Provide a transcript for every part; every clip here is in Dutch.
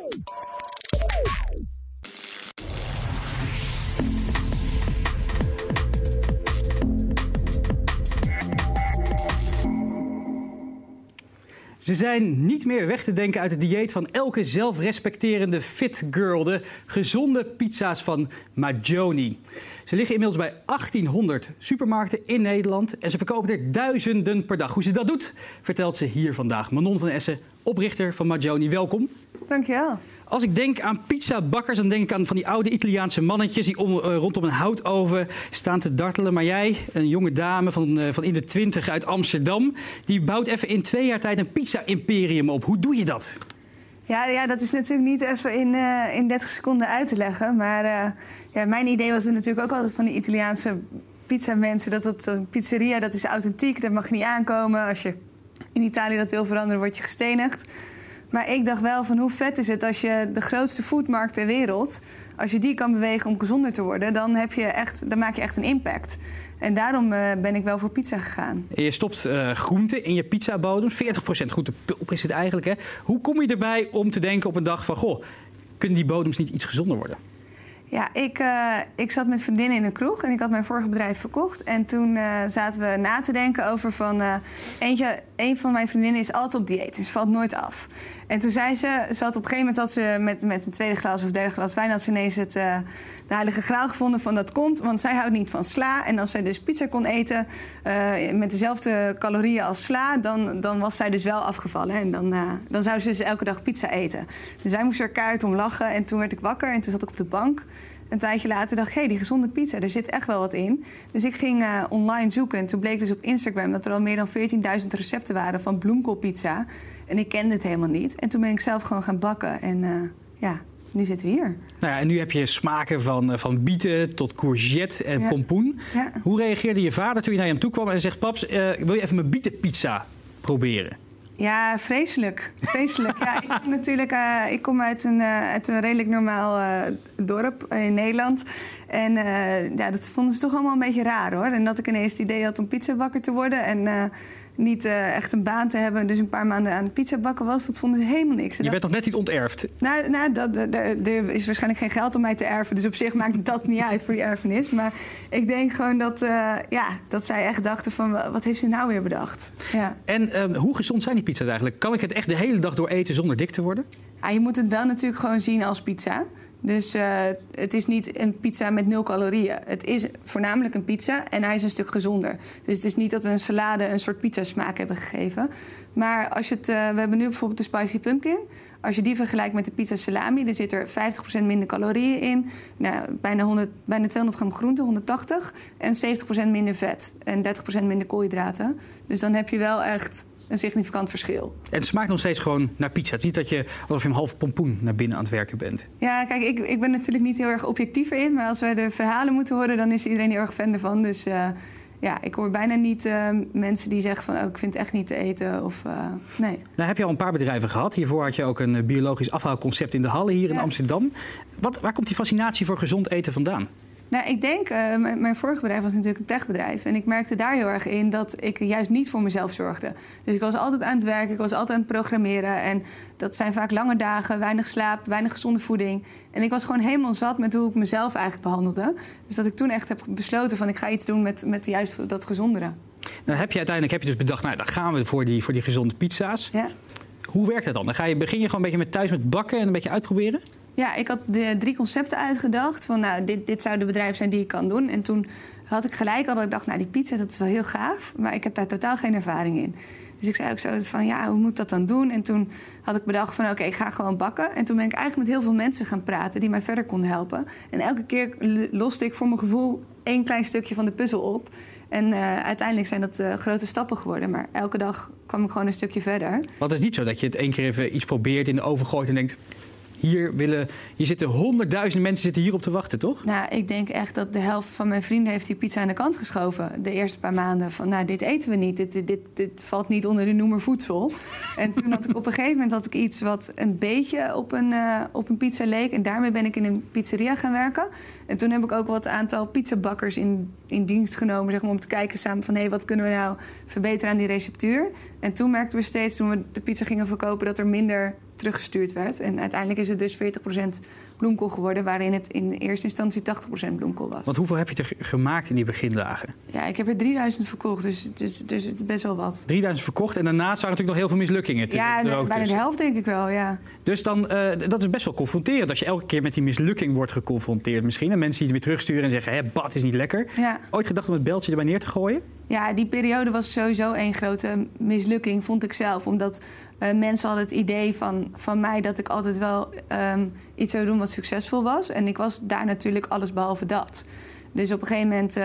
Ze zijn niet meer weg te denken uit het dieet van elke zelfrespecterende fit girl. De gezonde pizza's van Maggioni. Ze liggen inmiddels bij 1800 supermarkten in Nederland. En ze verkopen er duizenden per dag. Hoe ze dat doet, vertelt ze hier vandaag. Manon van Essen, oprichter van Maggioni. Welkom. Dankjewel. Als ik denk aan pizzabakkers, dan denk ik aan van die oude Italiaanse mannetjes die rondom een houtoven staan te dartelen. Maar jij, een jonge dame van in de 20 uit Amsterdam, die bouwt even in 2 jaar tijd een pizza-imperium op. Hoe doe je dat? Ja, dat is natuurlijk niet even in 30 seconden uit te leggen. Maar mijn idee was er natuurlijk ook altijd van die Italiaanse pizzamensen. Dat een pizzeria, dat is authentiek, daar mag je niet aankomen. Als je in Italië dat wil veranderen, word je gestenigd. Maar ik dacht wel van hoe vet is het als je de grootste foodmarkt ter wereld, als je die kan bewegen om gezonder te worden, dan maak je echt een impact. En daarom ben ik wel voor pizza gegaan. Je stopt groenten in je pizzabodem. 40% groentepulp is het eigenlijk, hè? Hoe kom je erbij om te denken op een dag van, goh, kunnen die bodems niet iets gezonder worden? Ja, ik zat met vriendinnen in een kroeg en ik had mijn vorige bedrijf verkocht. En toen zaten we na te denken over van... een van mijn vriendinnen is altijd op dieet, dus valt nooit af. En toen zei ze had op een gegeven moment had ze met een tweede glas of derde glas wijn, had ze ineens de heilige graal gevonden van dat komt. Want zij houdt niet van sla. En als zij dus pizza kon eten met dezelfde calorieën als sla, dan was zij dus wel afgevallen. En dan zou ze dus elke dag pizza eten. Dus wij moesten er keihard om lachen. En toen werd ik wakker en toen zat ik op de bank. Een tijdje later dacht ik, die gezonde pizza, daar zit echt wel wat in. Dus ik ging online zoeken. En toen bleek dus op Instagram dat er al meer dan 14.000 recepten waren van bloemkoolpizza. En ik kende het helemaal niet. En toen ben ik zelf gewoon gaan bakken. En nu zitten we hier. Nou ja, en nu heb je smaken van bieten tot courgette en pompoen. Ja. Hoe reageerde je vader toen je naar hem toe kwam en zegt, paps, wil je even mijn bietenpizza proberen? Ja, vreselijk. Ja, ik kom uit een redelijk normaal dorp in Nederland. En dat vonden ze toch allemaal een beetje raar, hoor. En dat ik ineens het idee had om pizzabakker te worden en niet echt een baan te hebben, dus een paar maanden aan het pizzabakken was, dat vonden ze helemaal niks. Je werd nog net niet onterfd? Er is waarschijnlijk geen geld om mij te erven, dus op zich maakt dat niet uit voor die erfenis. Maar ik denk gewoon dat zij echt dachten van, wat heeft ze nou weer bedacht? Ja. En hoe gezond zijn die pizza's eigenlijk? Kan ik het echt de hele dag door eten zonder dik te worden? Ja, je moet het wel natuurlijk gewoon zien als pizza. Dus het is niet een pizza met 0 calorieën. Het is voornamelijk een pizza en hij is een stuk gezonder. Dus het is niet dat we een salade een soort pizzasmaak hebben gegeven. Maar als je we hebben nu bijvoorbeeld de spicy pumpkin. Als je die vergelijkt met de pizza salami, dan zit er 50% minder calorieën in. Nou, bijna 200 gram groente, 180. En 70% minder vet en 30% minder koolhydraten. Dus dan heb je wel echt een significant verschil. En het smaakt nog steeds gewoon naar pizza. Het is niet dat je alsof je een half pompoen naar binnen aan het werken bent. Ja, kijk, ik ben natuurlijk niet heel erg objectief in. Maar als we de verhalen moeten horen, dan is iedereen heel erg fan ervan. Dus ik hoor bijna niet mensen die zeggen van, ik vind het echt niet te eten. Of nee. Nou heb je al een paar bedrijven gehad. Hiervoor had je ook een biologisch afhaalconcept in de Halle hier in Amsterdam. Waar komt die fascinatie voor gezond eten vandaan? Nou, ik denk, mijn vorige bedrijf was natuurlijk een techbedrijf. En ik merkte daar heel erg in dat ik juist niet voor mezelf zorgde. Dus ik was altijd aan het werken, ik was altijd aan het programmeren. En dat zijn vaak lange dagen, weinig slaap, weinig gezonde voeding. En ik was gewoon helemaal zat met hoe ik mezelf eigenlijk behandelde. Dus dat ik toen echt heb besloten van, ik ga iets doen met juist dat gezondere. Nou, uiteindelijk heb je dus bedacht, dan gaan we voor die gezonde pizza's. Ja. Hoe werkt dat dan? Begin je gewoon een beetje thuis met bakken en een beetje uitproberen? Ja, ik had 3 concepten uitgedacht. Van dit zou de bedrijf zijn die ik kan doen. En toen had ik gelijk al dat ik dacht, die pizza, dat is wel heel gaaf. Maar ik heb daar totaal geen ervaring in. Dus ik zei ook zo van, hoe moet ik dat dan doen? En toen had ik bedacht van, ik ga gewoon bakken. En toen ben ik eigenlijk met heel veel mensen gaan praten die mij verder konden helpen. En elke keer loste ik voor mijn gevoel 1 klein stukje van de puzzel op. En uiteindelijk zijn dat grote stappen geworden. Maar elke dag kwam ik gewoon een stukje verder. Want het is niet zo dat je het 1 keer even iets probeert, in de oven gooit en denkt, hier zitten 100.000 mensen zitten hierop te wachten, toch? Nou, ik denk echt dat de helft van mijn vrienden heeft die pizza aan de kant geschoven. De eerste paar maanden van, dit eten we niet. Dit valt niet onder de noemer voedsel. En toen had ik op een gegeven moment iets wat een beetje op een pizza leek. En daarmee ben ik in een pizzeria gaan werken. En toen heb ik ook wat aantal pizzabakkers in dienst genomen, zeg maar, om te kijken samen van, wat kunnen we nou verbeteren aan die receptuur? En toen merkten we steeds, toen we de pizza gingen verkopen, dat er minder teruggestuurd werd. En uiteindelijk is het dus 40% bloemkool geworden, waarin het in eerste instantie 80% bloemkool was. Want hoeveel heb je er gemaakt in die begindagen? Ja, ik heb er 3000 verkocht, dus het is best wel wat. 3000 verkocht en daarnaast waren natuurlijk nog heel veel mislukkingen. Bijna de helft denk ik wel, ja. Dus dan, dat is best wel confronterend als je elke keer met die mislukking wordt geconfronteerd misschien. En mensen die het weer terugsturen en zeggen, bad is niet lekker. Ja. Ooit gedacht om het beltje erbij neer te gooien? Ja, die periode was sowieso een grote mislukking, vond ik zelf. Omdat mensen hadden het idee van mij dat ik altijd wel iets zou doen wat succesvol was. En ik was daar natuurlijk alles behalve dat. Dus op een gegeven moment,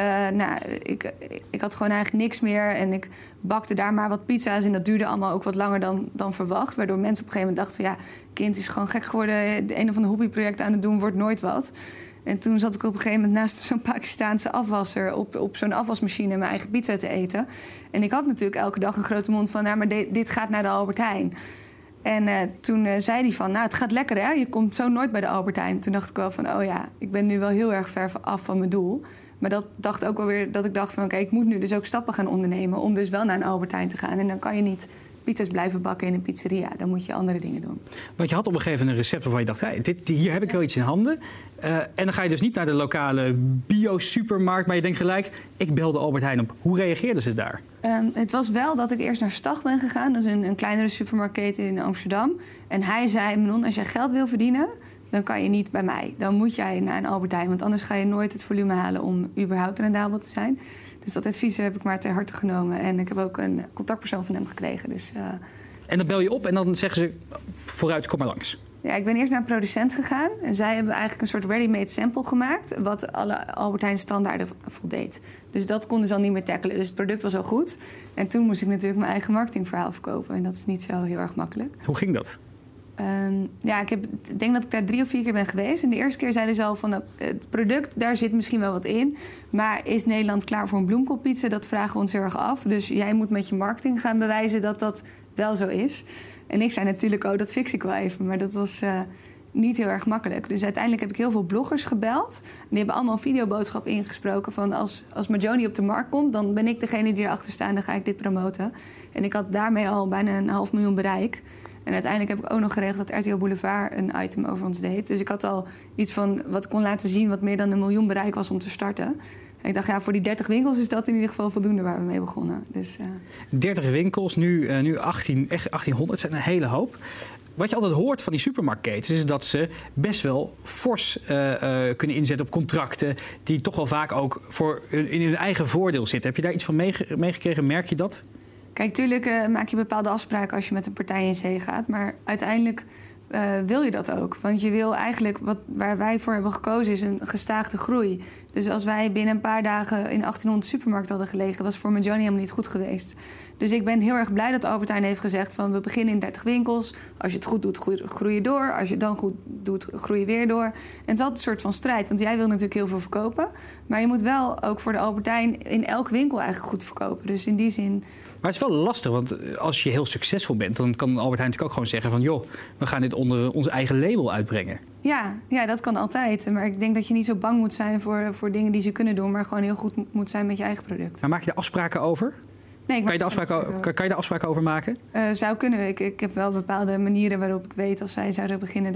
ik had gewoon eigenlijk niks meer. En ik bakte daar maar wat pizza's. En dat duurde allemaal ook wat langer dan verwacht. Waardoor mensen op een gegeven moment dachten, kind is gewoon gek geworden. De een of andere hobbyproject aan het doen wordt nooit wat. En toen zat ik op een gegeven moment naast zo'n Pakistaanse afwasser op zo'n afwasmachine mijn eigen pizza te eten. En ik had natuurlijk elke dag een grote mond van, maar dit gaat naar de Albert Heijn. En toen zei hij van, het gaat lekker hè, je komt zo nooit bij de Albert Heijn. Toen dacht ik wel van, ik ben nu wel heel erg ver af van mijn doel. Maar dat dacht ook wel weer dat ik dacht van, ik moet nu dus ook stappen gaan ondernemen om dus wel naar een Albert Heijn te gaan. En dan kan je niet pizza's blijven bakken in een pizzeria. Dan moet je andere dingen doen. Want je had op een gegeven moment een recept waarvan je dacht, hier heb ik wel iets in handen. En dan ga je dus niet naar de lokale bio-supermarkt, maar je denkt gelijk, ik bel de Albert Heijn op. Hoe reageerden ze daar? Het was wel dat ik eerst naar Stag ben gegaan. Dat is een kleinere supermarktketen in Amsterdam. En hij zei, Manon, als jij geld wil verdienen, dan kan je niet bij mij. Dan moet jij naar een Albert Heijn, want anders ga je nooit het volume halen om überhaupt rendabel te zijn. Dus dat advies heb ik maar ter harte genomen. En ik heb ook een contactpersoon van hem gekregen. Dus, En dan bel je op en dan zeggen ze, vooruit, kom maar langs. Ja, ik ben eerst naar een producent gegaan. En zij hebben eigenlijk een soort ready-made sample gemaakt, wat alle Albert Heijn standaarden voldeed. Dus dat konden ze al niet meer tackelen. Dus het product was al goed. En toen moest ik natuurlijk mijn eigen marketingverhaal verkopen. En dat is niet zo heel erg makkelijk. Hoe ging dat? Ik denk dat ik daar 3 of 4 keer ben geweest. En de eerste keer zeiden ze al van, het product, daar zit misschien wel wat in. Maar is Nederland klaar voor een bloemkoolpizza? Dat vragen we ons heel erg af. Dus jij moet met je marketing gaan bewijzen dat dat wel zo is. En ik zei natuurlijk, dat fix ik wel even. Maar dat was niet heel erg makkelijk. Dus uiteindelijk heb ik heel veel bloggers gebeld. En die hebben allemaal een videoboodschap ingesproken van, als Majoni op de markt komt, dan ben ik degene die erachter staat en dan ga ik dit promoten. En ik had daarmee al bijna 500.000 bereik. En uiteindelijk heb ik ook nog geregeld dat RTL Boulevard een item over ons deed. Dus ik had al iets van wat ik kon laten zien wat meer dan 1 miljoen bereik was om te starten. En ik dacht, voor die 30 winkels is dat in ieder geval voldoende waar we mee begonnen. Dus, 30 winkels, nu 1800, zijn een hele hoop. Wat je altijd hoort van die supermarktketens is dat ze best wel fors kunnen inzetten op contracten die toch wel vaak ook in hun eigen voordeel zitten. Heb je daar iets van meegekregen? Merk je dat? Kijk, tuurlijk maak je bepaalde afspraken als je met een partij in zee gaat. Maar uiteindelijk wil je dat ook. Want je wil eigenlijk, waar wij voor hebben gekozen, is een gestaagde groei. Dus als wij binnen een paar dagen in 1800 supermarkten hadden gelegen, was voor Majoni helemaal niet goed geweest. Dus ik ben heel erg blij dat Albert Heijn heeft gezegd van, we beginnen in 30 winkels. Als je het goed doet, groei je door. Als je het dan goed doet, groei je weer door. En het is altijd een soort van strijd. Want jij wil natuurlijk heel veel verkopen. Maar je moet wel ook voor de Albert Heijn in elke winkel eigenlijk goed verkopen. Dus in die zin. Maar het is wel lastig, want als je heel succesvol bent, dan kan Albert Heijn natuurlijk ook gewoon zeggen van, joh, we gaan dit onder ons eigen label uitbrengen. Ja, dat kan altijd. Maar ik denk dat je niet zo bang moet zijn voor dingen die ze kunnen doen, maar gewoon heel goed moet zijn met je eigen product. Maar maak je daar afspraken over? Nee, kan je daar afspraken over maken? Zou kunnen. Ik heb wel bepaalde manieren waarop ik weet als zij zouden beginnen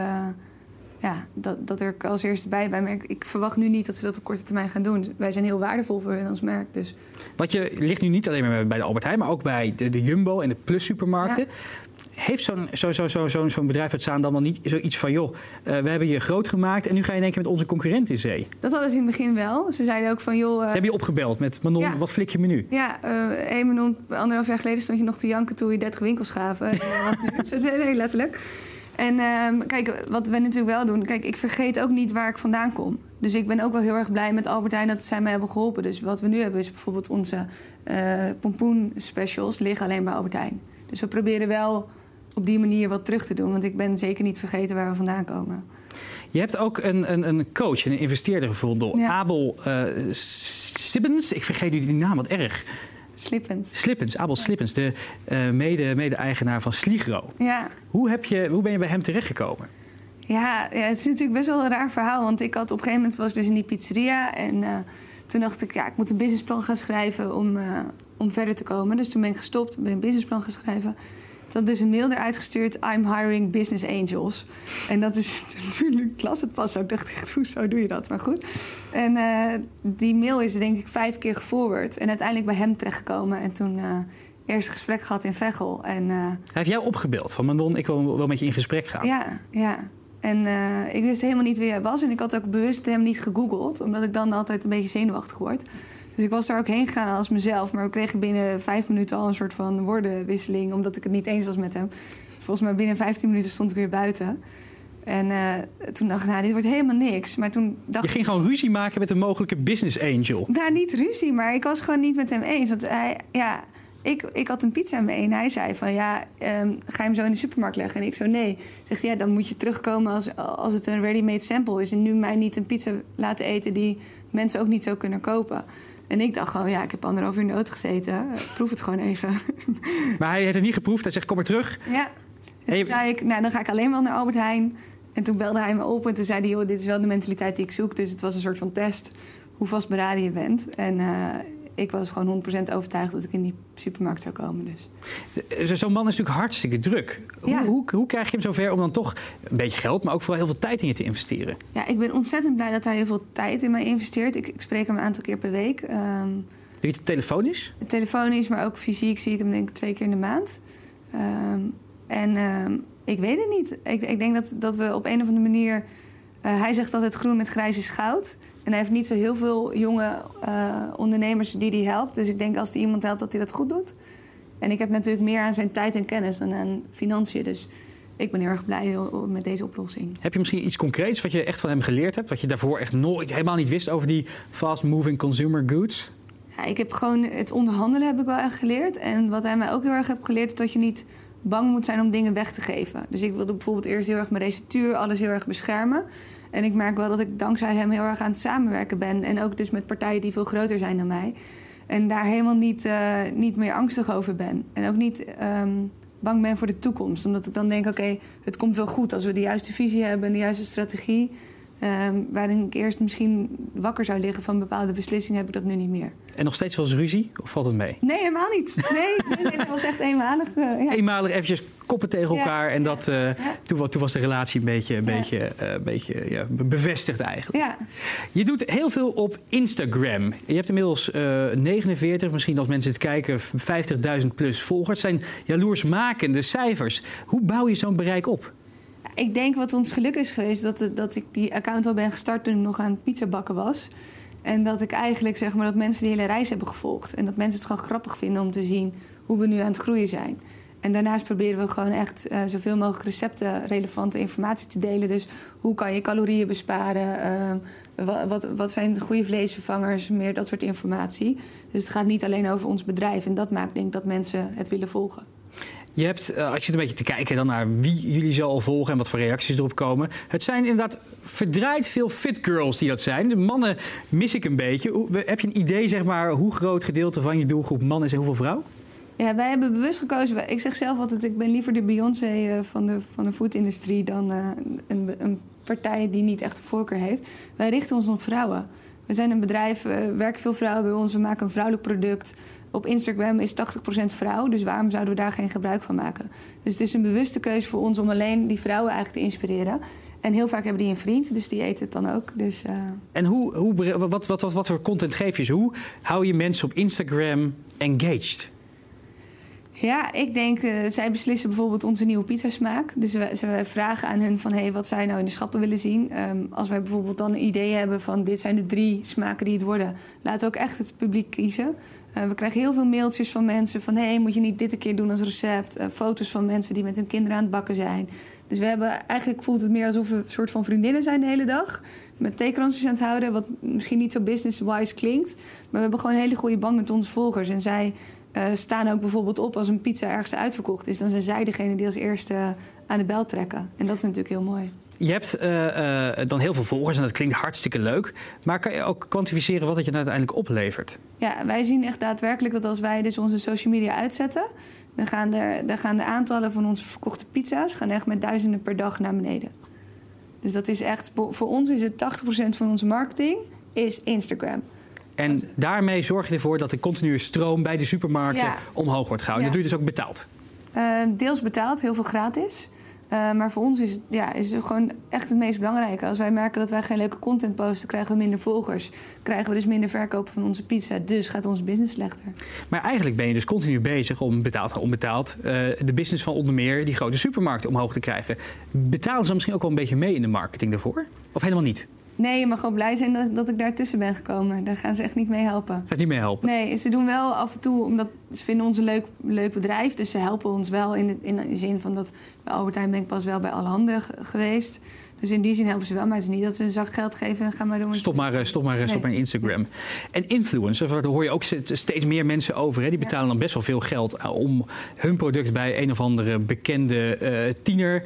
dat er als eerste bij. Maar ik verwacht nu niet dat ze dat op korte termijn gaan doen. Wij zijn heel waardevol voor hun als merk. Dus. Want je ligt nu niet alleen maar bij de Albert Heijn, maar ook bij de Jumbo en de Plus supermarkten. Ja. Heeft zo'n bedrijf uit Zaandam dan niet zoiets van, joh, we hebben je groot gemaakt en nu ga je in één keer met onze concurrent in zee? Dat hadden ze in het begin wel. Ze zeiden ook van, joh. Ze hebben je opgebeld met Manon, wat flik je me nu? Ja, Manon, 1,5 jaar geleden stond je nog te janken toen je 30 winkels gaven. Zo zei hij letterlijk. En kijk, wat we natuurlijk wel doen. Kijk, ik vergeet ook niet waar ik vandaan kom. Dus ik ben ook wel heel erg blij met Albert Heijn dat zij mij hebben geholpen. Dus wat we nu hebben is bijvoorbeeld onze pompoen specials liggen alleen bij Albert Heijn. Dus we proberen wel op die manier wat terug te doen. Want ik ben zeker niet vergeten waar we vandaan komen. Je hebt ook een coach, een investeerder gevonden. Ja. Abel Slippens. Ik vergeet nu die naam, wat erg. Abel Slippens, de mede-eigenaar van Sligro. Ja. Hoe ben je bij hem terechtgekomen? Ja, het is natuurlijk best wel een raar verhaal. Want ik had op een gegeven moment was dus in die pizzeria. En toen dacht ik, ik moet een businessplan gaan schrijven om verder te komen. Dus toen ben ik gestopt, ben een businessplan gaan schrijven. had dus een mail eruit gestuurd... I'm hiring business angels. En dat is natuurlijk klas het pas. Ik dacht echt, hoezo doe je dat? Maar goed. En die mail is denk ik 5 keer geforward. En uiteindelijk bij hem terechtgekomen. En toen eerst een gesprek gehad in Veghel. En, hij heeft jou opgebeld van Manon, ik wil wel met je in gesprek gaan. Ja. En ik wist helemaal niet wie hij was. En ik had ook bewust hem niet gegoogeld. Omdat ik dan altijd een beetje zenuwachtig word. Dus ik was daar ook heen gegaan als mezelf. Maar we kregen binnen 5 minuten al een soort van woordenwisseling. Omdat ik het niet eens was met hem. Volgens mij binnen 15 minuten stond ik weer buiten. En toen dacht ik, nou, dit wordt helemaal niks. Maar toen dacht je ging gewoon ruzie maken met een mogelijke business angel. Nou, niet ruzie, maar ik was gewoon niet met hem eens. Want ik had een pizza mee en hij zei van... ga je hem zo in de supermarkt leggen? En ik zo, nee. Zegt hij, dan moet je terugkomen als het een ready-made sample is... en nu mij niet een pizza laten eten die mensen ook niet zo kunnen kopen. En ik dacht gewoon, ik heb 1,5 uur nood gezeten. Proef het gewoon even. Maar hij heeft het niet geproefd. Hij zegt, kom maar terug. Ja. En toen zei ik, nou, dan ga ik alleen wel naar Albert Heijn. En toen belde hij me op en toen zei hij... joh, dit is wel de mentaliteit die ik zoek. Dus het was een soort van test hoe vastberaden je bent. En ik was gewoon 100% overtuigd dat ik in die supermarkt zou komen. Dus. Zo'n man is natuurlijk hartstikke druk. Ja. Hoe krijg je hem zover om dan toch een beetje geld... maar ook vooral heel veel tijd in je te investeren? Ja, ik ben ontzettend blij dat hij heel veel tijd in mij investeert. Ik spreek hem een aantal keer per week. Doe je het telefonisch? Telefonisch, maar ook fysiek zie ik hem denk ik 2 keer in de maand. Ik weet het niet. Ik denk dat we op een of andere manier... hij zegt altijd groen met grijs is goud. En hij heeft niet zo heel veel jonge ondernemers die hij helpt. Dus ik denk als hij iemand helpt dat hij dat goed doet. En ik heb natuurlijk meer aan zijn tijd en kennis dan aan financiën. Dus ik ben heel erg blij met deze oplossing. Heb je misschien iets concreets wat je echt van hem geleerd hebt? Wat je daarvoor echt nooit helemaal niet wist over die fast-moving consumer goods? Ja, ik heb gewoon het onderhandelen heb ik wel echt geleerd. En wat hij mij ook heel erg heeft geleerd... is dat je niet bang moet zijn om dingen weg te geven. Dus ik wilde bijvoorbeeld eerst heel erg mijn receptuur... alles heel erg beschermen. En ik merk wel dat ik dankzij hem heel erg aan het samenwerken ben. En ook dus met partijen die veel groter zijn dan mij. En daar helemaal niet meer angstig over ben. En ook niet bang ben voor de toekomst. Omdat ik dan denk, oké, het komt wel goed als we de juiste visie hebben en de juiste strategie. Waarin ik eerst misschien wakker zou liggen van bepaalde beslissingen, heb ik dat nu niet meer. En nog steeds wel eens ruzie? Of valt het mee? Nee, helemaal niet. Nee, dat was echt eenmalig. Eenmalig eventjes koppen tegen elkaar. En dat, toen was de relatie een beetje bevestigd eigenlijk. Ja. Je doet heel veel op Instagram. Je hebt inmiddels 49, misschien als mensen het kijken, 50.000 plus volgers. Het zijn jaloersmakende cijfers. Hoe bouw je zo'n bereik op? Ik denk wat ons geluk is geweest... dat ik die account al ben gestart toen ik nog aan het pizzabakken was. En dat ik eigenlijk zeg maar dat mensen die hele reis hebben gevolgd. En dat mensen het gewoon grappig vinden om te zien hoe we nu aan het groeien zijn. En daarnaast proberen we gewoon echt zoveel mogelijk recepten, relevante informatie te delen. Dus hoe kan je calorieën besparen? Wat zijn de goede vleesvervangers? Meer dat soort informatie. Dus het gaat niet alleen over ons bedrijf. En dat maakt denk ik dat mensen het willen volgen. Je hebt, als je zit een beetje te kijken dan naar wie jullie zo al volgen en wat voor reacties erop komen. Het zijn inderdaad verdraaid veel fit girls die dat zijn. De mannen mis ik een beetje. Heb je een idee, zeg maar, hoe groot gedeelte van je doelgroep man is en hoeveel vrouw? Ja, wij hebben bewust gekozen. Ik zeg zelf altijd, ik ben liever de Beyoncé van de foodindustrie dan een partij die niet echt een voorkeur heeft. Wij richten ons op vrouwen. We zijn een bedrijf, werken veel vrouwen bij ons, we maken een vrouwelijk product. Op Instagram is 80% vrouw, dus waarom zouden we daar geen gebruik van maken? Dus het is een bewuste keuze voor ons om alleen die vrouwen eigenlijk te inspireren. En heel vaak hebben die een vriend, dus die eten het dan ook. Dus, En wat voor content geef je ze? Hoe hou je mensen op Instagram engaged? Ja, ik denk, zij beslissen bijvoorbeeld onze nieuwe pizzasmaak. Dus we vragen aan hen van, hey, wat zou je nou in de schappen willen zien? Als wij bijvoorbeeld dan een idee hebben van, dit zijn de 3 smaken die het worden. Laten ook echt het publiek kiezen. We krijgen heel veel mailtjes van mensen van, hey, moet je niet dit een keer doen als recept? Foto's van mensen die met hun kinderen aan het bakken zijn. Dus we hebben, eigenlijk voelt het meer alsof we een soort van vriendinnen zijn de hele dag. Met theekransjes aan het houden, wat misschien niet zo business-wise klinkt. Maar we hebben gewoon een hele goede band met onze volgers. En zij staan ook bijvoorbeeld op als een pizza ergens uitverkocht is. Dan zijn zij degene die als eerste aan de bel trekken. En dat is natuurlijk heel mooi. Je hebt dan heel veel volgers en dat klinkt hartstikke leuk. Maar kan je ook kwantificeren wat het je nou uiteindelijk oplevert? Ja, wij zien echt daadwerkelijk dat als wij dus onze social media uitzetten, dan gaan de aantallen van onze verkochte pizza's gaan echt met duizenden per dag naar beneden. Dus dat is echt, voor ons is het 80% van onze marketing is Instagram. En daarmee zorg je ervoor dat de continue stroom bij de supermarkten omhoog wordt gehouden. Ja. Dat doe je dus ook betaald. Deels betaald, heel veel gratis. Maar voor ons is het gewoon echt het meest belangrijke. Als wij merken dat wij geen leuke content posten, krijgen we minder volgers. Krijgen we dus minder verkopen van onze pizza. Dus gaat onze business slechter. Maar eigenlijk ben je dus continu bezig om betaald of onbetaald de business van onder meer die grote supermarkten omhoog te krijgen. Betalen ze dan misschien ook wel een beetje mee in de marketing daarvoor? Of helemaal niet? Nee, je mag gewoon blij zijn dat ik daartussen ben gekomen. Daar gaan ze echt niet mee helpen. Gaat niet mee helpen? Nee, ze doen wel af en toe, omdat ze vinden ons een leuk bedrijf. Dus ze helpen ons wel in de zin van dat bij Albert Heijn ben ik pas wel bij alle handen geweest. Dus in die zin helpen ze wel. Maar het is niet dat ze een zak geld geven en gaan maar doen. Stop maar Instagram. Nee. En influencers, daar hoor je ook steeds meer mensen over. Hè? Die betalen dan best wel veel geld om hun product bij een of andere bekende tiener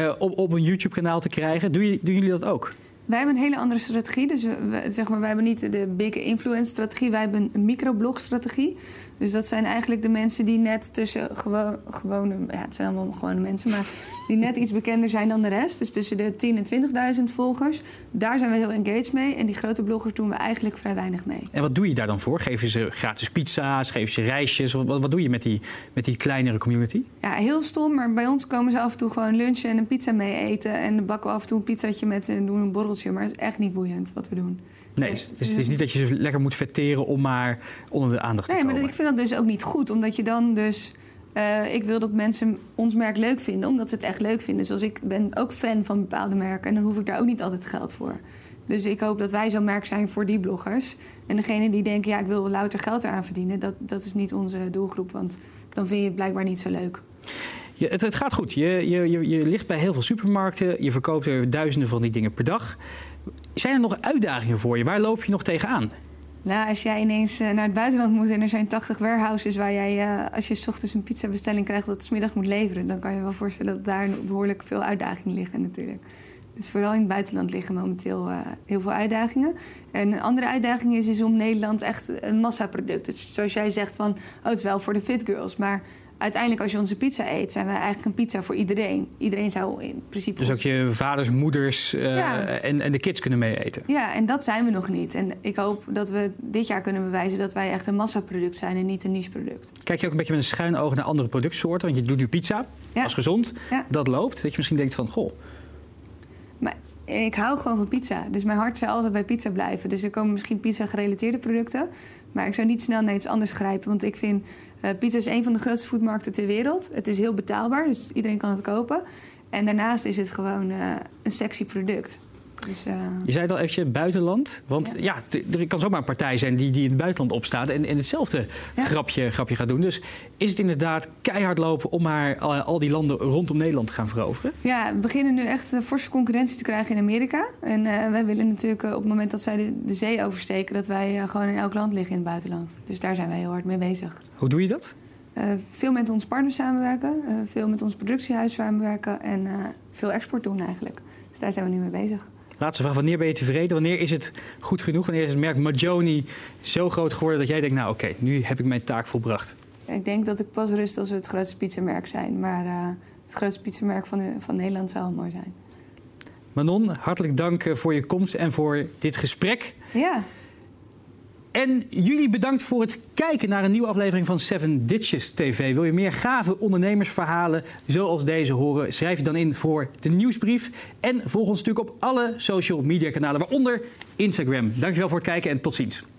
op een YouTube-kanaal te krijgen. Doen jullie dat ook? Wij hebben een hele andere strategie. Dus wij hebben niet de big influence strategie. Wij hebben een microblog strategie. Dus dat zijn eigenlijk de mensen die net tussen gewone... Ja, het zijn allemaal gewone mensen, maar die net iets bekender zijn dan de rest. Dus tussen de 10.000 en 20.000 volgers. Daar zijn we heel engaged mee. En die grote bloggers doen we eigenlijk vrij weinig mee. En wat doe je daar dan voor? Geef je ze gratis pizza's? Geef je ze reisjes? Wat doe je met die kleinere community? Ja, heel stom. Maar bij ons komen ze af en toe gewoon lunchen en een pizza mee eten. En dan bakken we af en toe een pizzaatje en doen een borreltje. Maar het is echt niet boeiend wat we doen. Nee, dus het is niet dat je ze lekker moet verteren om maar onder de aandacht te komen. Nee, maar ik vind dat dus ook niet goed. Omdat je dan dus... ik wil dat mensen ons merk leuk vinden, omdat ze het echt leuk vinden. Zoals ik ben ook fan van bepaalde merken en dan hoef ik daar ook niet altijd geld voor. Dus ik hoop dat wij zo'n merk zijn voor die bloggers. En degene die denken, ja, ik wil louter geld eraan verdienen, dat is niet onze doelgroep, want dan vind je het blijkbaar niet zo leuk. Ja, het gaat goed. Je ligt bij heel veel supermarkten, je verkoopt er duizenden van die dingen per dag. Zijn er nog uitdagingen voor je? Waar loop je nog tegenaan? Nou, als jij ineens naar het buitenland moet en er zijn 80 warehouses waar jij, als je 's ochtends een pizzabestelling krijgt, dat het 's middag moet leveren, dan kan je wel voorstellen dat daar behoorlijk veel uitdagingen liggen natuurlijk. Dus vooral in het buitenland liggen momenteel heel veel uitdagingen. En een andere uitdaging is om Nederland echt een massaproduct. Dus zoals jij zegt van, het is wel voor de fit girls, maar uiteindelijk als je onze pizza eet, zijn wij eigenlijk een pizza voor iedereen. Iedereen zou in principe... Dus ook je vaders, moeders en de kids kunnen mee eten? Ja, en dat zijn we nog niet. En ik hoop dat we dit jaar kunnen bewijzen dat wij echt een massaproduct zijn en niet een nicheproduct. Kijk je ook een beetje met een schuin oog naar andere productsoorten? Want je doet nu pizza, als gezond, dat loopt. Dat je misschien denkt van, goh... Maar ik hou gewoon van pizza. Dus mijn hart zal altijd bij pizza blijven. Dus er komen misschien pizza-gerelateerde producten. Maar ik zou niet snel naar iets anders grijpen. Want ik vind, pizza is een van de grootste foodmarkten ter wereld. Het is heel betaalbaar, dus iedereen kan het kopen. En daarnaast is het gewoon een sexy product. Dus, je zei het al eventjes, buitenland. Want er kan zomaar een partij zijn die in het buitenland opstaat en hetzelfde grapje gaat doen. Dus is het inderdaad keihard lopen om maar al die landen rondom Nederland te gaan veroveren? Ja, we beginnen nu echt forse concurrentie te krijgen in Amerika. En wij willen natuurlijk op het moment dat zij de zee oversteken, dat wij gewoon in elk land liggen in het buitenland. Dus daar zijn wij heel hard mee bezig. Hoe doe je dat? Veel met onze partners samenwerken, veel met ons productiehuis samenwerken en veel export doen eigenlijk. Dus daar zijn we nu mee bezig. Laatste vraag, wanneer ben je tevreden? Wanneer is het goed genoeg? Wanneer is het merk Maggioni zo groot geworden dat jij denkt, nou oké, nu heb ik mijn taak volbracht? Ik denk dat ik pas rust als we het grootste pizzamerk zijn. Maar het grootste pizzamerk van Nederland zou wel mooi zijn. Manon, hartelijk dank voor je komst en voor dit gesprek. Ja. En jullie bedankt voor het kijken naar een nieuwe aflevering van 7 Ditches TV. Wil je meer gave ondernemersverhalen zoals deze horen? Schrijf je dan in voor de nieuwsbrief. En volg ons natuurlijk op alle social media kanalen, waaronder Instagram. Dankjewel voor het kijken en tot ziens.